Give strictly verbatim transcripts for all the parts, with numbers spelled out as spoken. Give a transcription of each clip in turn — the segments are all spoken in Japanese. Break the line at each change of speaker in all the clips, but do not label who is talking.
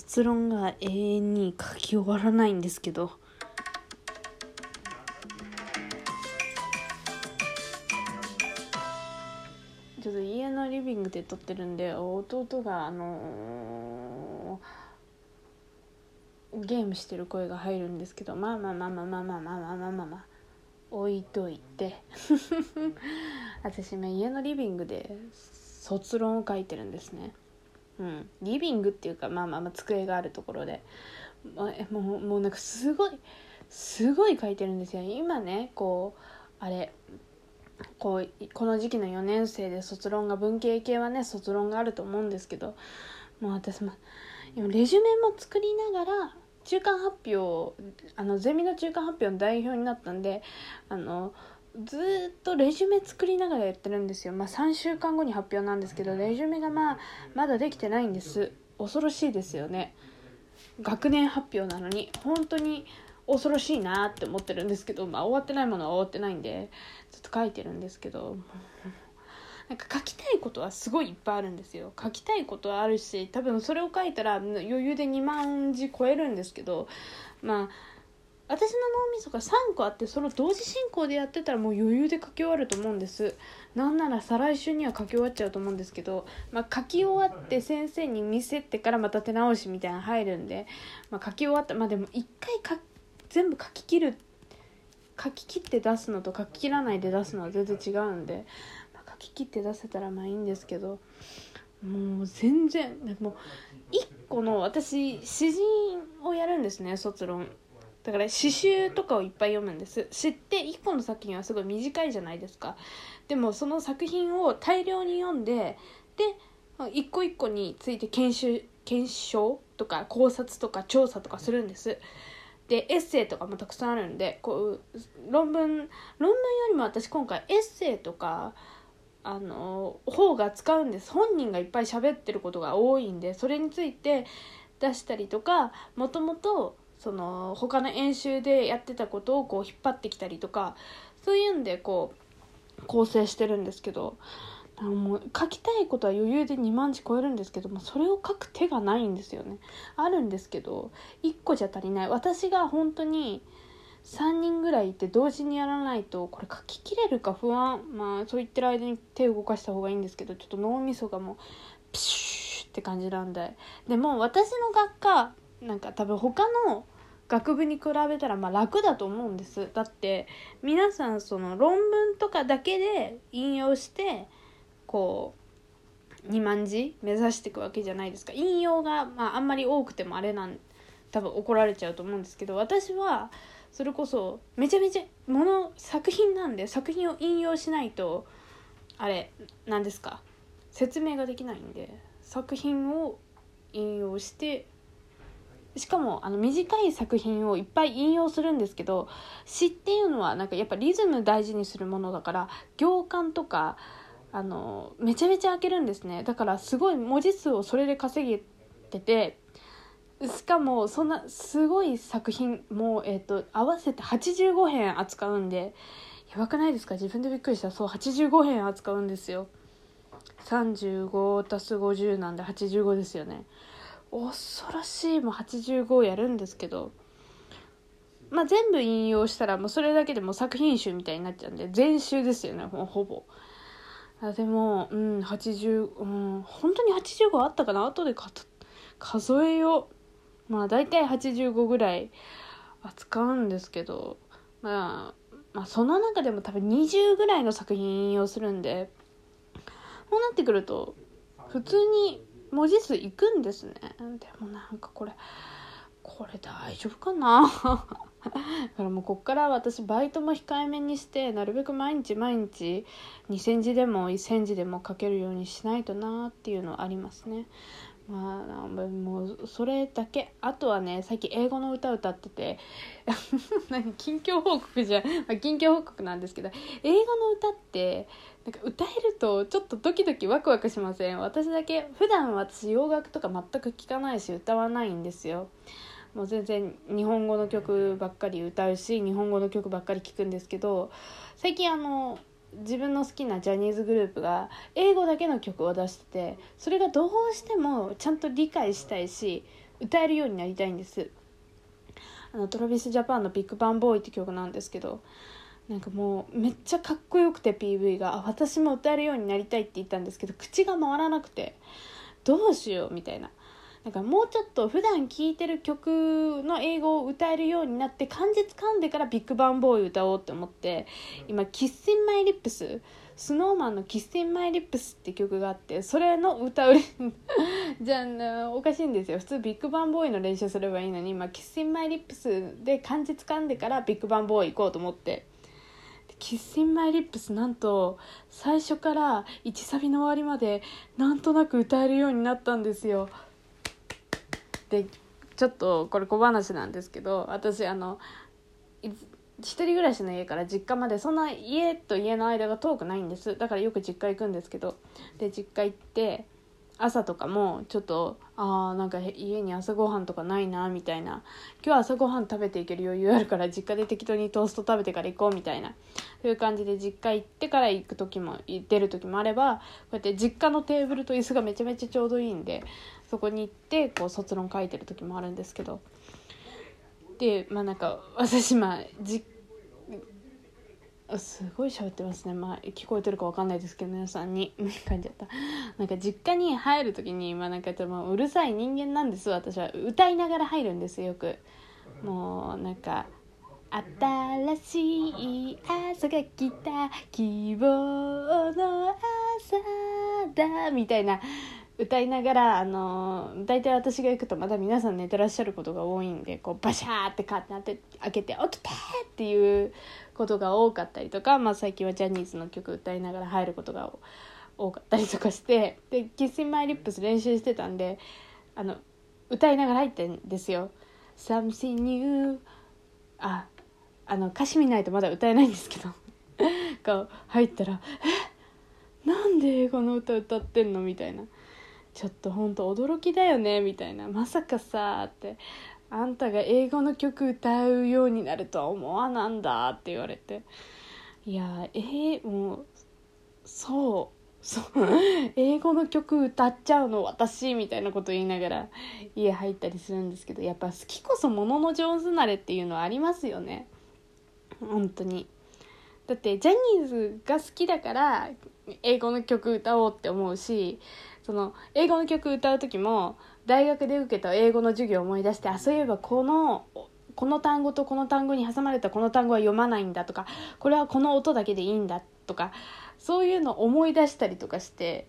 卒論が永遠に書き終わらないんですけど、ちょっと家のリビングで撮ってるんで、弟があのー、ゲームしてる声が入るんですけど、まあまあまあまあまあまあまあまあまあまあ、まあ、置いといて私今家のリビングで卒論を書いてるんですね。うん、リビングっていうか、まあまあまあ机があるところで、まあ、もうもうなんかすごいすごい書いてるんですよ今ね。こうあれこうこの時期のよねん生で卒論が、文系系はね卒論があると思うんですけど、もう私も今レジュメも作りながら中間発表、あのゼミの中間発表の代表になったんで、あのずっとレジュメ作りながらやってるんですよ。まあさんしゅうかんごに発表なんですけど、レジュメがまあまだできてないんです。恐ろしいですよね。学年発表なのに本当に恐ろしいなって思ってるんですけど、まあ終わってないものは終わってないんでちょっと書いてるんですけど、なんか書きたいことはすごいいっぱいあるんですよ。書きたいことはあるし、多分それを書いたら余裕でにまんじ超えるんですけど、まあ私の脳みそがさんこあって、それを同時進行でやってたらもう余裕で書き終わると思うんです。なんなら再来週には書き終わっちゃうと思うんですけど、まあ、書き終わって先生に見せてからまた手直しみたいなの入るんで、まあ、書き終わったまあでも一回か全部書き切る書き切って出すのと書き切らないで出すのは全然違うんで、まあ、書き切って出せたらまあいいんですけど、もう全然もういっこの私詩人をやるんですね、卒論だから詩集とかをいっぱい読むんです。詩っていっこの作品はすごい短いじゃないですか。でもその作品を大量に読んで、で一個一個について研修検証とか考察とか調査とかするんです。でエッセイとかもたくさんあるんで、こう論文論文よりも私今回エッセイとかあの方が使うんです。本人がいっぱい喋ってることが多いんで、それについて出したりとか、もともとその他の演習でやってたことをこう引っ張ってきたりとか、そういうんでこう構成してるんですけど、もう書きたいことは余裕でにまんじ超えるんですけども、それを書く手がないんですよね。あるんですけどいっこじゃ足りない。私が本当にさんにんぐらいいて同時にやらないとこれ書ききれるか不安。まあそう言ってる間に手を動かした方がいいんですけど、ちょっと脳みそがもうピシューって感じなんで。でも私の学科なんか多分他の学部に比べたらまあ楽だと思うんです。だって皆さんその論文とかだけで引用してこうにまんじ目指していくわけじゃないですか。引用がまああんまり多くてもあれなん多分怒られちゃうと思うんですけど、私はそれこそめちゃめちゃもの作品なんで、作品を引用しないとあれなんですか説明ができないんで、作品を引用して、しかもあの短い作品をいっぱい引用するんですけど、詩っていうのはなんかやっぱリズム大事にするものだから行間とかあのめちゃめちゃ開けるんですね。だからすごい文字数をそれで稼げてて、しかもそんなすごい作品もう、えー、と合わせてはちじゅうごへん扱うんで、やばくないですか？自分でびっくりした。そうはちじゅうごへん扱うんですよ。さんじゅうごたすごじゅうなんではちじゅうごですよね。恐ろしい。もうはちじゅうごやるんですけど、まあ全部引用したらもうそれだけでも作品集みたいになっちゃうんで全集ですよね、もうほぼ。あでもうんはちじゅう、うん、本当にはちじゅうごあったかな、後で数えよう。まあ大体はちじゅうごぐらい扱うんですけど、まあ、まあその中でも多分にじゅうぐらいの作品引用するんで、こうなってくると普通に文字数いくんですね。でもなんかこれこれ大丈夫かなだからもうこっから私バイトも控えめにして、なるべく毎日毎日にせんじでもせんじでも書けるようにしないとなっていうのはありますね。まあもうそれだけ。あとはね、最近英語の歌歌ってて何近況報告じゃん、まあ、近況報告なんですけど、英語の歌ってなんか歌えるとちょっとドキドキワクワクしません？私だけ。普段私洋楽とか全く聞かないし歌わないんですよ。もう全然日本語の曲ばっかり歌うし、日本語の曲ばっかり聞くんですけど、最近あの自分の好きなジャニーズグループが英語だけの曲を出してて、それがどうしてもちゃんと理解したいし歌えるようになりたいんです。あのトラビスジャパンのビッグバンボーイって曲なんですけど、なんかもうめっちゃかっこよくて ピーブイ が、あ私も歌えるようになりたいって言ったんですけど、口が回らなくてどうしようみたいな。なんかもうちょっと普段聴いてる曲の英語を歌えるようになって漢字掴んでからビッグバンボーイ歌おうって思って、今キッシンマイリップス、スノーマンのキッシンマイリップスって曲があって、それの歌うじゃあおかしいんですよ。普通ビッグバンボーイの練習すればいいのに、今キッシンマイリップスで漢字掴んでからビッグバンボーイ行こうと思って、キッシンマイリップスなんと最初からいちサビの終わりまでなんとなく歌えるようになったんですよ。でちょっとこれ小話なんですけど、私あの一人暮らしの家から実家までそんな家と家の間が遠くないんです。だからよく実家行くんですけど、で実家行って朝とかもちょっとあーなんか家に朝ごはんとかないなみたいな、今日朝ごはん食べていける余裕あるから実家で適当にトースト食べてから行こうみたいな、そういう感じで実家行ってから行く時も出る時もあれば、こうやって実家のテーブルと椅子がめちゃめちゃちょうどいいんでそこに行ってこう卒論書いてる時もあるんですけど、でまあなんか私まあ実すごい喋ってますね、まあ、聞こえてるか分かんないですけど皆さんに感じちゃった。なんか実家に入る時に、まあ、なんかもううるさい人間なんです。私は歌いながら入るんですよく。もうなんか新しい朝が来た希望の朝だみたいな歌いながら、あの大体私が行くとまだ皆さん寝てらっしゃることが多いんで、こうバシャーってカーテン開けて起きてっていうことが多かったりとか、まあ、最近はジャニーズの曲歌いながら入ることが多かったりとかして、でキッシンマイリップス練習してたんで、あの歌いながら入ってんですよ。 Something new ああの歌詞見ないとまだ歌えないんですけどこう入ったらえなんで英語の歌歌ってんのみたいな、ちょっとほんと驚きだよねみたいな、まさかさってあんたが英語の曲歌うようになるとは思わなんだって言われて、いやえー、もうそうそう英語の曲歌っちゃうの私みたいなこと言いながら家入ったりするんですけど、やっぱ好きこそものの上手なれっていうのはありますよね本当に。だってジャニーズが好きだから英語の曲歌おうって思うし、その英語の曲歌う時も大学で受けた英語の授業を思い出して、あそういえばこのこの単語とこの単語に挟まれたこの単語は読まないんだとか、これはこの音だけでいいんだとか、そういうのを思い出したりとかして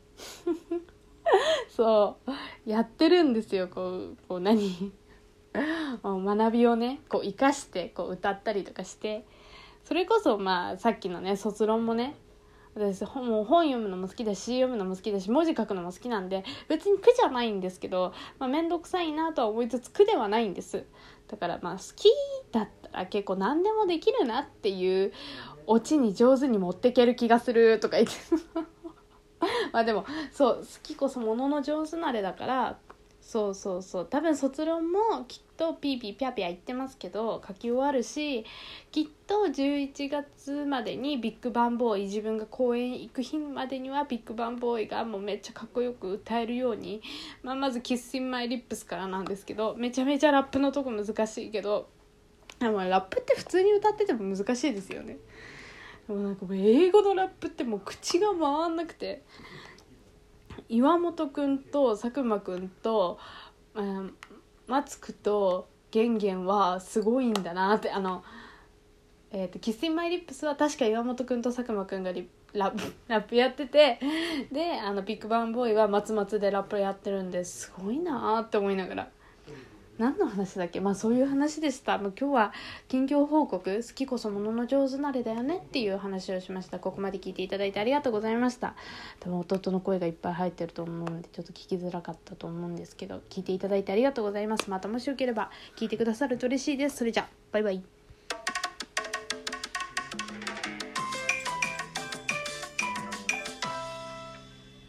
そうやってるんですよ。こうこう何学びをねこう生かしてこう歌ったりとかして、それこそまあさっきのね卒論もね、私もう本読むのも好きだし詩読むのも好きだし文字書くのも好きなんで別に苦じゃないんですけど、まあ、めんどくさいなとは思いつつ苦ではないんです。だからまあ好きだったら結構何でもできるなっていうオチに上手に持っていける気がするとか言ってまあでもそう好きこそものの上手なれだから、そうそうそう多分卒論もきっとピーピーピャピャ言ってますけど書き終わるし、きっとじゅういちがつまでにビッグバンボーイ、自分が公演行く日までにはビッグバンボーイがもうめっちゃかっこよく歌えるように、まあ、まずキッシンマイリップスからなんですけど、めちゃめちゃラップのとこ難しいけど、でもラップって普通に歌ってても難しいですよね。でもなんかもう英語のラップってもう口が回んなくて、岩本くんと佐久間くんと、うん、マツクとゲンゲンはすごいんだなって、あの、えーと、キッシンマイリップスは確か岩本くんと佐久間くんがリラップ、ラップやってて、であのビッグバンボーイは松松でラップやってるんですごいなって思いながら、何の話だっけ、まあそういう話でした。もう今日は近況報告、好きこそものの上手なれだよねっていう話をしました。ここまで聞いていただいてありがとうございました。多分弟の声がいっぱい入ってると思うんでちょっと聞きづらかったと思うんですけど、聞いていただいてありがとうございます。またもしよければ聞いてくださると嬉しいです。それじゃバイバイ。